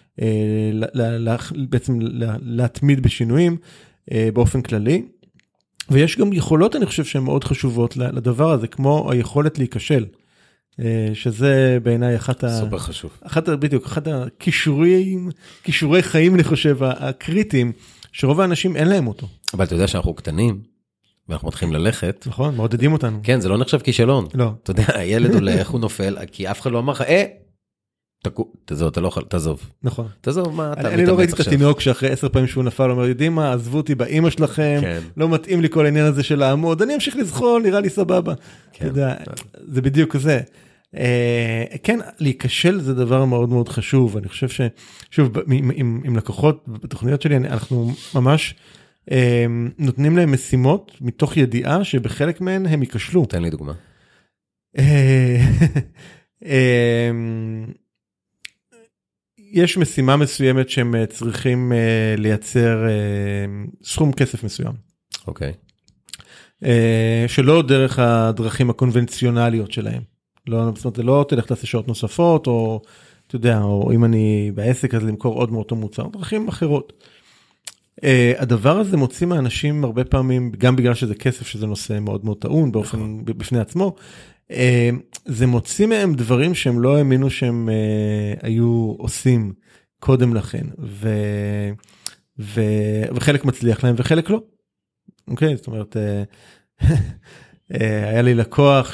בעצם להתמיד בשינויים, באופן כללי, ויש גם יכולות, אני חושב, שהן מאוד חשובות לדבר הזה, כמו היכולת להיכשל, שזה בעיניי סופר חשוב. בדיוק, אחד הכישורי חיים, אני חושב, הקריטיים, שרוב האנשים אין להם אותו. אבל אתה יודע שאנחנו קטנים, ואנחנו מתחילים ללכת. נכון, מעודדים אותנו. כן, זה לא נחשב כישלון. לא. אתה יודע, הילד הולך, הוא נופל, כי אף אחד לא אמר לך, תעזוב, אתה לא יכול, תעזוב. נכון. תעזוב, מה אתה אני לא ראיתי את התינוק שאחרי 10 פעמים שהוא נפל, אומר, יודעים מה, עזבו אותי באמא שלכם, לא מתאים לי כל העניין הזה של לעמוד, אני אמשיך לזחול, נראה לי סבבה. אתה יודע, זה בדיוק זה. כן, להיכשל זה דבר מאוד מאוד חשוב, אני חושב שוב, עם לקוחות בתוכניות שלי, אנחנו ממש נותנים להם משימות, מתוך ידיעה שבחלק מהן הם ייכשלו. תן לי דוגמה. יש משימה מסוימת שהם צריכים לייצר סכום כסף מסוים. אוקיי. שלא דרך הדרכים הקונבנציונליות שלהם. זאת אומרת, זה לא תלך תעשה שעות נוספות, או אתה יודע, או אם אני בעסק אז למכור עוד מאותו מוצר, דרכים אחרות. הדבר הזה מוציא מהאנשים הרבה פעמים, גם בגלל שזה כסף, שזה נושא מאוד מאוד טעון, באופן בפני עצמו, זה מוציא מהם דברים שהם לא האמינו שהם היו עושים קודם לכן, וחלק מצליח להם וחלק לא. אוקיי, זאת אומרת, היה לי לקוח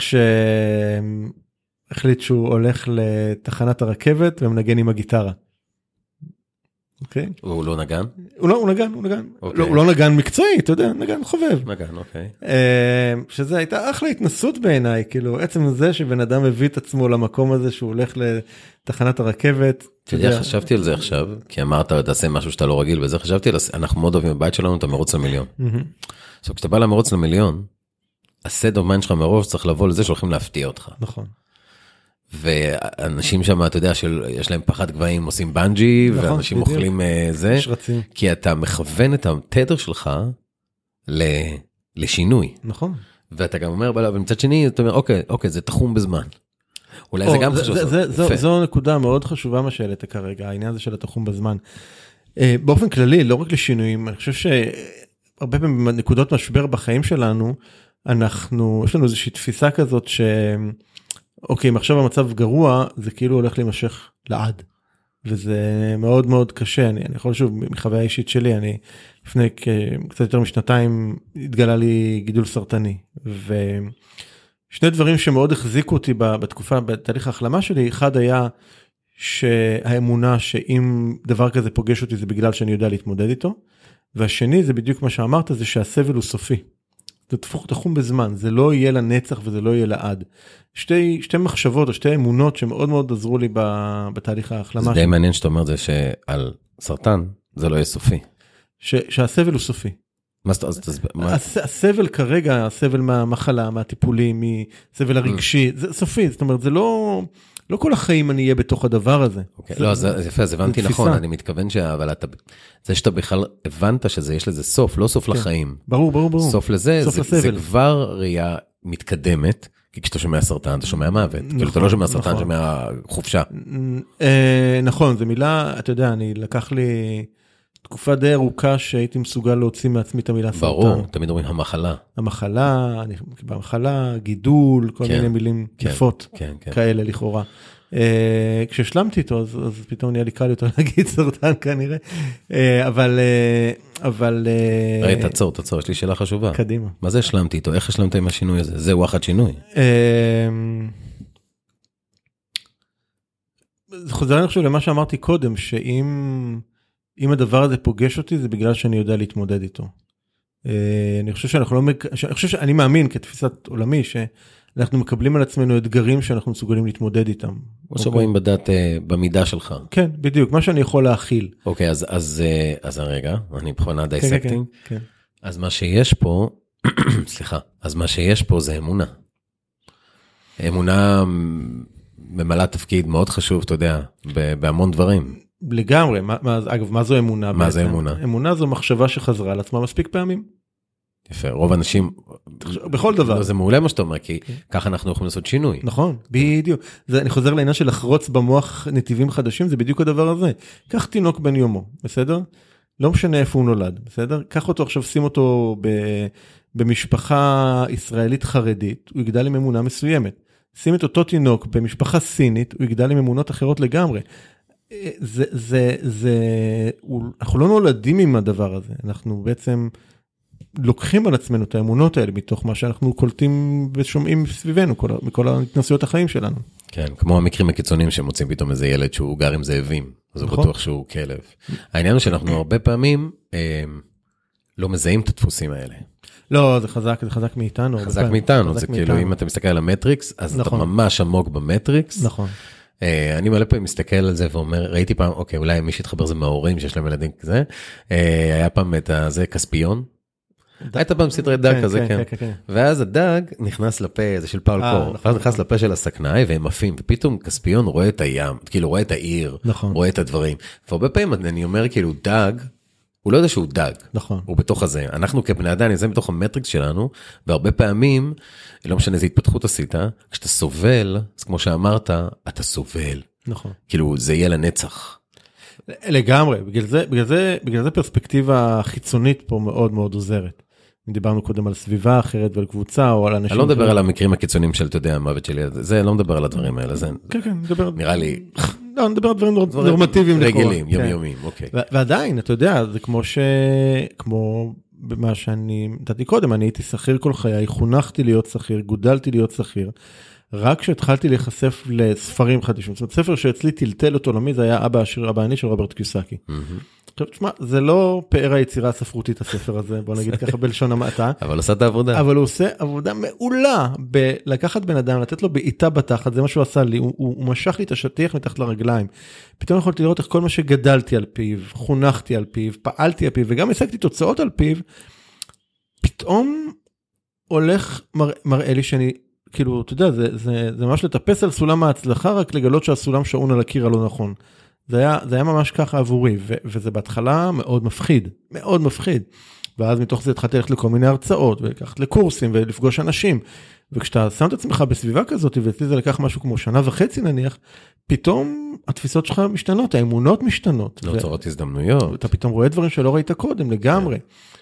שהחליט שהוא הולך לתחנת הרכבת ומנגן עם הגיטרה. אוקיי? הוא לא נגן? הוא נגן. הוא לא נגן מקצועי, אתה יודע, נגן חובב. נגן, אוקיי. שזה הייתה אחלה התנסות בעיניי, כאילו, עצם זה שבן אדם הביא את עצמו למקום הזה, שהוא הולך לתחנת הרכבת. אתה יודע, חשבתי על זה עכשיו, כי אמרת, תעשה משהו שאתה לא רגיל, וזה חשבתי, אנחנו מאוד אוהבים בבית שלנו, את המרוץ למיליון. עכשיו, כשאתה בא למרוץ למיליון, הסט אוף מיינד שלך מראש צריך לבוא לזה שהולכים להפתיע אותך. נכון. ואנשים שם, אתה יודע, שיש להם פחד גבהים, עושים בנג'י, ואנשים אוכלים זה, כי אתה מכוון את התדר שלך לשינוי. נכון. ואתה גם אומר, אבל מצד שני, אתה אומר, אוקיי, זה תחום בזמן. אולי זה גם חשוב. זו נקודה מאוד חשובה מה שהעלית כרגע, העניין הזה של התחום בזמן. באופן כללי, לא רק לשינויים, אני חושב שהרבה פעמים בנקודות משבר בחיים שלנו, יש לנו איזושהי תפיסה כזאת אוקיי, אם עכשיו המצב גרוע, זה כאילו הולך להימשך לעד. וזה מאוד מאוד קשה. אני יכול שוב, מחוויה אישית שלי, אני לפני קצת יותר משנתיים, התגלה לי גידול סרטני. ושני דברים שמאוד החזיקו אותי בתקופה, בתהליך ההחלמה שלי, אחד היה שהאמונה שאם דבר כזה פוגש אותי, זה בגלל שאני יודע להתמודד איתו. והשני, זה בדיוק מה שאמרת, זה שהסבל הוא סופי. זה תחום בזמן, זה לא יהיה לנצח וזה לא יהיה לעד. שתי מחשבות או שתי אמונות שמאוד מאוד עזרו לי בתהליך ההחלמה. זה די מעניין שאתה אומר זה שעל סרטן זה לא יהיה סופי. שהסבל הוא סופי. מה זאת אומרת? הסבל כרגע, הסבל מהמחלה, מהטיפולים, מסבל הרגשי, זה סופי, זאת אומרת, זה לא כל החיים אני אהיה בתוך הדבר הזה. לא, זה יפה, אז הבנתי נכון, אני מתכוון זה שאתה בכלל הבנת שזה יש לזה סוף, לא סוף לחיים. ברור. סוף לזה, זה כבר ראייה מתקדמת, כי כשאתה שומע סרטן, אתה שומע מוות. כאילו אתה לא שומע סרטן, אתה שומע חופשה. נכון, זו מילה, אתה יודע, לקח לי תקופה די ארוכה שהייתי מסוגל להוציא מעצמי את המילה סרטן. ברור, תמיד אומרים המחלה, גידול, כל מיני מילים יפות כאלה לכאורה. כשהשלמתי איתו, אז פתאום נהיה לי קל יותר להגיד סרטן כנראה, אבל... תעצור, יש לי שאלה חשובה. קדימה. מה זה השלמתי איתו? איך השלמת עם השינוי הזה? זה וואחד שינוי. זה חוזר אני חושב למה שאמרתי קודם, שאם הדבר הזה פוגש אותי, זה בגלל שאני יודע להתמודד איתו. אני חושב שאני מאמין כתפיסת עולמי, אנחנו מקבלים על עצמנו אתגרים שאנחנו מסוגלים להתמודד איתם. כמו שרואים בדת במידה שלך. כן, בדיוק, מה שאני יכול להכיל. אוקיי, אז הרגע, אני בכוונה דייסקטינג. אז מה שיש פה, סליחה, אז מה שיש פה זה אמונה. אמונה ממלא תפקיד מאוד חשוב, אתה יודע, בהמון דברים. לגמרי, אגב, מה זו אמונה? מה זה אמונה? אמונה זו מחשבה שחזרה על עצמה מספיק פעמים. יפה, רוב האנשים... בכל דבר. זה מעולה מה שאתה אומר, כי ככה אנחנו יכולים לעשות שינוי. נכון, בדיוק. אני חוזר לעניין של לחרוץ במוח נתיבים חדשים, זה בדיוק הדבר הזה. קח תינוק בן יומו, בסדר? לא משנה איפה הוא נולד, בסדר? קח אותו עכשיו, שים אותו במשפחה ישראלית חרדית, הוא יגדל עם אמונה מסוימת. שים את אותו תינוק במשפחה סינית, הוא יגדל עם אמונות אחרות לגמרי. אנחנו לא נולדים עם הדבר הזה, אנחנו בעצם לוקחים על עצמנו את האמונות האלה, מתוך מה שאנחנו קולטים ושומעים סביבנו, מכל ההתנסויות החיים שלנו. כן, כמו המקרים הקיצוניים שמוצאים פתאום איזה ילד שהוא גר עם זאבים, אז הוא בטוח שהוא כלב. העניין הוא שאנחנו הרבה פעמים לא מזהים את הדפוסים האלה. לא, זה חזק מאיתנו. חזק מאיתנו, זה כאילו אם אתה מסתכל על המטריקס, אז אתה ממש עמוק במטריקס. נכון. אני מלא פעמים מסתכל על זה ואומר, ראיתי פעם, אוקיי, אולי מי שהתחבר זה מההורים שיש להם ילדים כזה, היה פעם את זה כספיון, הייתה פעם סדרי דג כזה, כן. ואז הדג נכנס לפה, זה של פאול קור, ואז נכנס לפה של הסכנאי והם עפים, ופתאום כספיון רואה את הים, כאילו רואה את העיר, רואה את הדברים, והרבה פעמים אני אומר כאילו דג, הוא לא יודע שהוא דג, נכון. הוא בתוך הזה, אנחנו כבני אדם נמצאים בתוך המטריקס שלנו, והרבה פעמים, לא משנה איזה התפתחות עשית, כשאתה סובל, אז כמו שאמרת, אתה סובל. נכון. כאילו זה יהיה לנצח. לגמרי, בגלל זה פרספקטיבה חיצונית פה מאוד מאוד עוזרת. דיברנו קודם על סביבה אחרת ועל קבוצה או על אנשים... אני לא מדבר על המקרים הקיצוניים של, אתה יודע, המוות שלי, זה לא מדבר על הדברים האלה, זה... כן, מדבר... נראה לי... לא, אני מדבר על דברים נורמטיביים. רגילים, יומיומיים, אוקיי. ועדיין, אתה יודע, זה כמו במה שאני נתתי קודם, אני הייתי שכיר כל חיי, חונכתי להיות שכיר, גודלתי להיות שכיר, רק כשהתחלתי להיחשף לספרים חדשים, זאת אומרת, ספר שאצלי טלטל אותו עולמי, זה היה אבא העני של רוברט קיוסקי. עכשיו, תשמע, זה לא פאר היצירה הספרותית הספר הזה, בוא נגיד ככה בלשון המעטה. אבל עושה את העבודה. אבל הוא עושה עבודה מעולה, בלקחת בן אדם, לתת לו בעיטה בתחת, זה מה שהוא עשה לי, הוא משך לי את השטיח מתחת לרגליים. פתאום יכולתי לראות איך כל מה שגדלתי על פיו, חונכתי על פיו, פעלתי על פיו, וגם השגתי תוצאות על פיו, פתאום הולך מראה לי שאני, כאילו, אתה יודע, זה ממש לטפס על סולם ההצלחה, רק לגלות שהסולם שעון על הקיר הלא נכון. זה היה ממש ככה עבורי, וזה בהתחלה מאוד מפחיד, מאוד מפחיד. ואז מתוך זה התחלתי ללכת לכל מיני הרצאות, ולקחת לקורסים, ולפגוש אנשים. וכשאתה שם את עצמך בסביבה כזאת, ואצלי זה לקח משהו כמו 1.5 שנה נניח, פתאום התפיסות שלך משתנות, האמונות משתנות. נוצרות הזדמנויות. אתה פתאום רואה דברים שלא ראית קודם, לגמרי.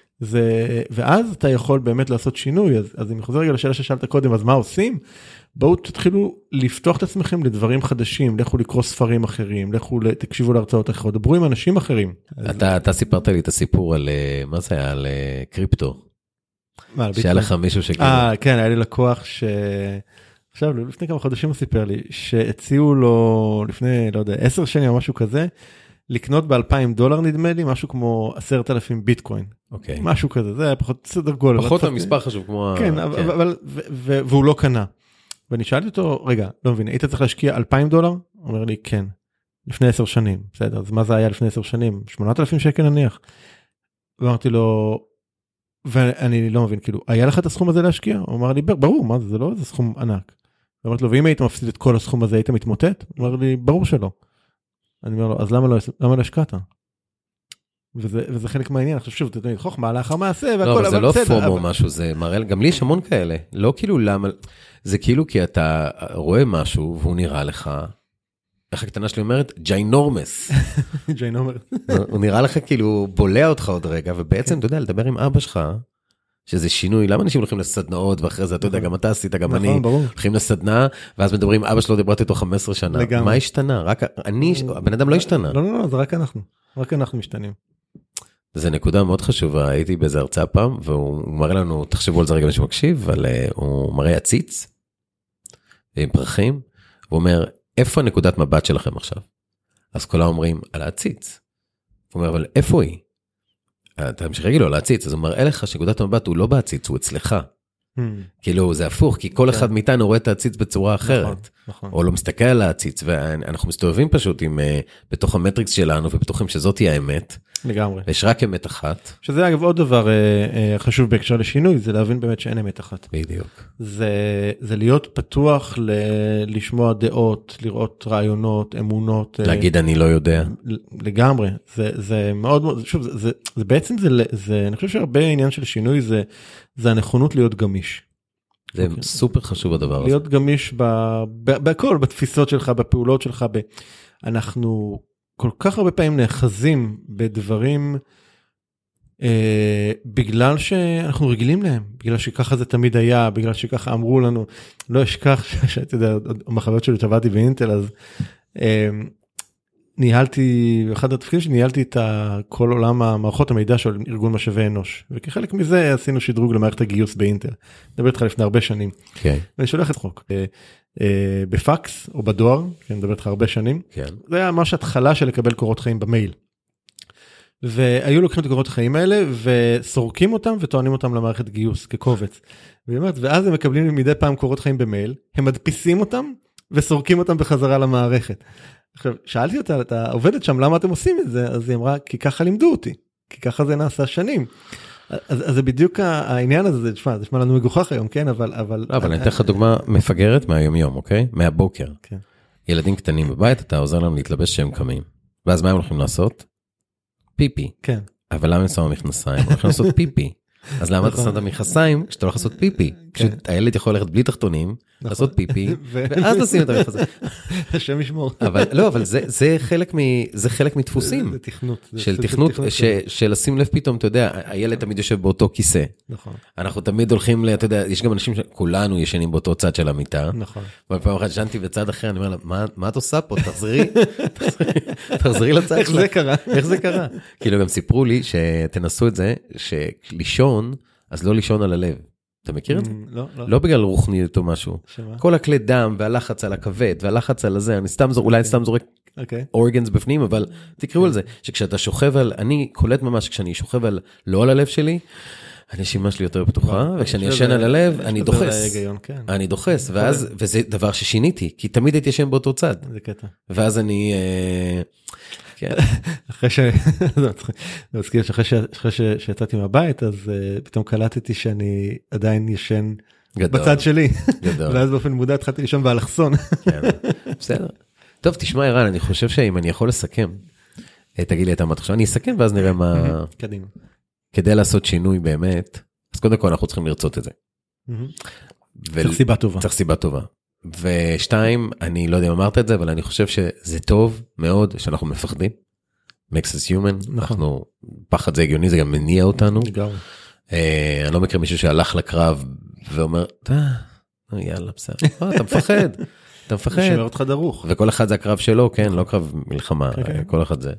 ואז אתה יכול באמת לעשות שינוי, אז אם חוזר רגע לשאלה ששאלת קודם, אז מה עושים? בואו תתחילו לפתוח את עצמכם לדברים חדשים, לכו לקרוא ספרים אחרים, תקשיבו להרצאות אחרות, דברו עם אנשים אחרים. אתה סיפרת לי את הסיפור על, מה זה היה? על קריפטו. שהיה לך מישהו שכאילו... כן, היה לי לקוח עכשיו, לפני כמה חודשים הוא סיפר לי, שהציעו לו לפני, לא יודע, 10 שנים או משהו כזה, לקנות $2,000 נדמה לי, משהו כמו 10,000 ביטקוין. אוקיי. משהו כזה, זה היה פחות סדר גודל. פחות המספר חשוב כמו... כן, והוא לא קנה. ואני שאלתי אותו, רגע, לא מבין, היית צריך להשקיע $2,000? הוא אומר לי, כן, לפני 10 שנים. בסדר, אז מה זה היה לפני 10 שנים? 8,000 שקל נניח. ואמרתי לו, ואני לא מבין, כאילו, היה לך את הסכום הזה להשקיע? הוא אמר לי, ברור, מה זה? זה לא איזה סכום ענק. ואמרתי לו, ואם היית מפסיד את כל הסכום הזה, היית מתמוטט? הוא אמר לי, ברור שלא. אני אומר לו, אז למה לא השקעת? וזה חלק מהעניין, עכשיו שוב, תתני חוכמה לאחר מעשה, והכל, אבל זה לא פומו משהו, זה מראה, גם לי יש המון כאלה, לא כאילו למה, זה כאילו כי אתה רואה משהו, והוא נראה לך, איך הקטנה שלי אומרת, ג'יינורמס. ג'יינורמס. הוא נראה לך כאילו, בולע אותך עוד רגע, ובעצם, אתה יודע, לדבר עם אבא שלך, שזה שינוי, למה אנשים הולכים לסדנאות, ואחרי זה, אתה יודע, גם אתה עשית, גם אני, הולכים לסדנה, ואז מדברים, אבא שלו דיברת איתו 15 שנה, מה השתנה? רק אני, הבן אדם לא השתנה. לא, זה רק אנחנו משתנים. זה נקודה מאוד חשובה, הייתי באיזה הרצאה פעם, והוא מראה לנו, תחשבו על זה רגע משהו מקשיב, אבל הוא מראה עציץ, עם פרחים, והוא אומר, איפה הנקודת מבט שלכם עכשיו? אז כולם אומרים, על העציץ. הוא אומר, אבל איפה היא? אתה ממשיך להגיד לו, על העציץ, אז הוא מראה לך שנקודת המבט הוא לא בעציץ, הוא אצלך. כאילו זה הפוך, כי כל אחד מאיתנו רואה את העציץ בצורה אחרת, או לא מסתכל על העציץ, ואנחנו מסתובבים פשוט בתוך המטריקס שלנו, ובטוחים שזאת היא האמת. לגמרי. ויש רק אמת אחת. שזה אגב עוד דבר חשוב בהקשר לשינוי, זה להבין באמת שאין אמת אחת. בדיוק. זה להיות פתוח לשמוע דעות, לראות רעיונות, אמונות. להגיד אני לא יודע. לגמרי. זה מאוד מאוד, שוב, זה בעצם, אני חושב שהרבה עניין של שינוי זה הנכונות להיות גמיש. זה סופר חשוב הדבר הזה. להיות גמיש בכל, בתפיסות שלך, בפעולות שלך, אנחנו כל כך הרבה פעמים נאחזים בדברים בגלל שאנחנו רגילים להם, בגלל שככה זה תמיד היה, בגלל שככה אמרו לנו, לא אשכח שאתה יודע, המחלות שלי שעבדתי באינטל, אז ניהלתי, אחד התפקידים שניהלתי את כל עולם המערכות המידע של ארגון משאבי אנוש, וכחלק מזה עשינו שדרוג למערכת הגיוס באינטל, מדבר איתך לפני הרבה שנים, ואני שולח את חוק, בפקס או בדואר, אני מדבר איתך הרבה שנים, זה היה ממש התחלה של לקבל קורות חיים במייל, והיו לוקחים את הקורות החיים האלה, וסורקים אותם וטוענים אותם למערכת גיוס כקובץ, ואז הם מקבלים מדי פעם קורות חיים במייל, הם מדפיסים אותם, וסורקים אותם בחזרה למערכת. עכשיו, שאלתי אותה, אתה עובדת שם, למה אתם עושים את זה? אז היא אמרה, כי ככה לימדו אותי, כי ככה זה נעשה שנים. אז זה בדיוק העניין הזה, זה נשמע לנו מגוחך היום, כן? אבל אני אתן לך דוגמה מפגרת מהיום-יום, אוקיי? מהבוקר. ילדים קטנים בבית, אתה עוזר לנו להתלבש שהם קמים. ואז מה הם הולכים לעשות? פיפי. כן. אבל למה הם שמו מכנסיים? הם הולכים לעשות פיפי. אז למה אתה שם את המכנסיים כשאתה הולך לעשות פיפי? פשוט הילד יכול ללכת בלי תחתונים, לעשות פיפי, ואז לשים את המכנסיים. השם ישמור. לא, אבל זה חלק מדפוסים. זה תכנות. של תכנות, של לשים לב פתאום, אתה יודע, הילד תמיד יושב באותו כיסא. נכון. אנחנו תמיד הולכים, אתה יודע, יש גם אנשים שכולנו ישנים באותו צד של המיטה. נכון. ופעם אחת ישנתי בצד אחר, אני אומר לה, מה את עושה פה? תחזרי לצד שלך. איך זה קרה? כאילו גם סיפרו לי שתנסו את זה, שלישון, אז לא לישון על הלב. אתה מכיר את זה? לא, לא. לא בגלל רוחניות או משהו. שמה? כל הכלי דם והלחץ על הכבד והלחץ על הזה, אני אולי סתם זורק אוקיי. אורגנס בפנים, אבל תקראו על זה, שכשאתה שוכב אני קולט ממש, כשאני שוכב לא על הלב שלי, הנשימה שלי יותר פתוחה, וכשאני ישן על הלב, אני דוחס. אני דוחס, וזה דבר ששיניתי, כי תמיד הייתי ישן באותו צד. זה קטע. ואז אני... אחרי שיצאתי מהבית, אז פתאום קלטתי שאני עדיין ישן בצד שלי. ואז באופן מודע התחלתי לישון באלכסון. בסדר. טוב, תשמע ערן, אני חושב שאם אני יכול לסכם, תגיד לי את המתחשב, אני אסכם ואז נראה מה... קדימה. כדי לעשות שינוי באמת, אז קודם כל אנחנו צריכים לרצות את זה. צריך סיבה טובה. צריך סיבה טובה. ושתיים, אני לא יודע אם אמרת את זה, אבל אני חושב שזה טוב מאוד שאנחנו מפחדים. makes us human. אנחנו, פחד זה הגיוני, זה גם מניע אותנו. אני לא מכיר מישהו שהלך לקרב ואומר, יאללה, בסדר. אתה מפחד. אתה מפחד. שומר אותך דרוך. וכל אחד זה הקרב שלו, כן, לא קרב מלחמה, כל אחד זה.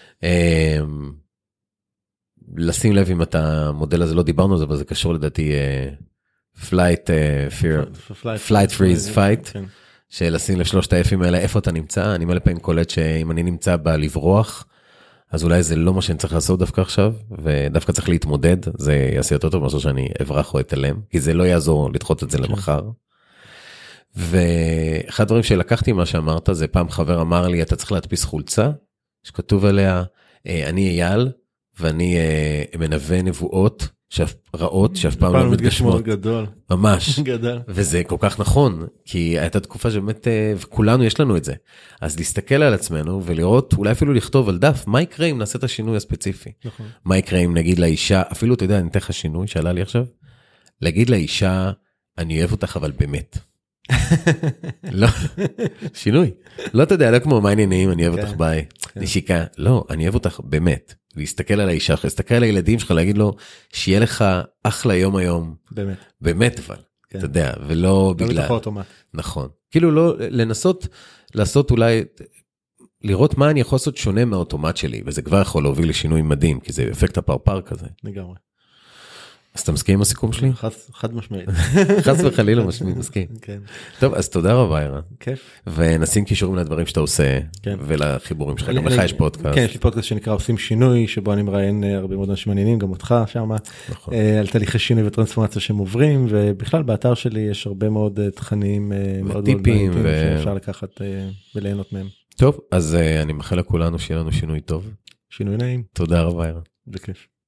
לשים לב אם אתה, המודל הזה לא דיברנו על זה, אבל זה קשור לדעתי flight freeze fight, שלשים לשלושת היפים האלה, איפה אתה נמצא, אני מלא פעמים קולט שאם אני נמצא בלברוח, אז אולי זה לא מה שאני צריך לעשות דווקא עכשיו, ודווקא צריך להתמודד, זה יעשה יותר טוב משהו שאני אברח או אתעלם, כי זה לא יעזור לדחות את זה למחר. ואחד הדברים שלקחתי מה שאמרת, זה פעם חבר אמר לי, אתה צריך להדפיס חולצה, שכתוב עליה, אני אייל, ואני מנבא נבואות רעות, שאף פעם לא מתגשמות. גדול. ממש. גדול. וזה כל כך נכון, כי הייתה תקופה שבאמת, וכולנו יש לנו את זה. אז להסתכל על עצמנו ולראות, אולי אפילו לכתוב על דף, מה יקרה אם נעשה את השינוי הספציפי? נכון. מה יקרה אם נגיד לאישה, אפילו אתה יודע, אני אתן לך שינוי שעלה לי עכשיו, להגיד לאישה, אני אוהב אותך אבל באמת. לא, שינוי. לא אתה יודע, לא כמו מה העניינים, אני אוהב אותך ביי. נשיקה, לא, אני אוהב אותך באמת. להסתכל על האישה, להסתכל על הילדים שלך, להגיד לו, שיהיה לך אחלה יום היום. באמת. באמת אבל, אתה יודע, ולא בגלל. לא בתוך האוטומט. נכון. כאילו לא, לנסות, לעשות אולי, לראות מה אני יכול לעשות שונה מהאוטומט שלי, וזה כבר יכול להוביל לשינוי מדהים, כי זה אפקט הפרפר כזה. לגמרי. אז אתה מסכים עם הסיכום שלי? חד משמעית. חס וחלילה מסכים. כן. טוב, אז תודה רבה, ערן. כיף. ונשים קישורים לדברים שאתה עושה, ולחיבורים שלך. גם לך יש פודקאסט. כן, יש לי פודקאסט שנקרא עושים שינוי, שבו אני מראיין הרבה מאוד אנשים מעניינים, גם אותך שם, על תהליכי שינוי וטרנספורמציה שהם עוברים, ובכלל באתר שלי יש הרבה מאוד תכנים, וטיפים, שאפשר לקחת וליהנות מהם. טוב, אז אני מאחל לכולנו שיהיה לנו שינוי טוב. שינוי נעים. תודה רבה, ערן. בכיף.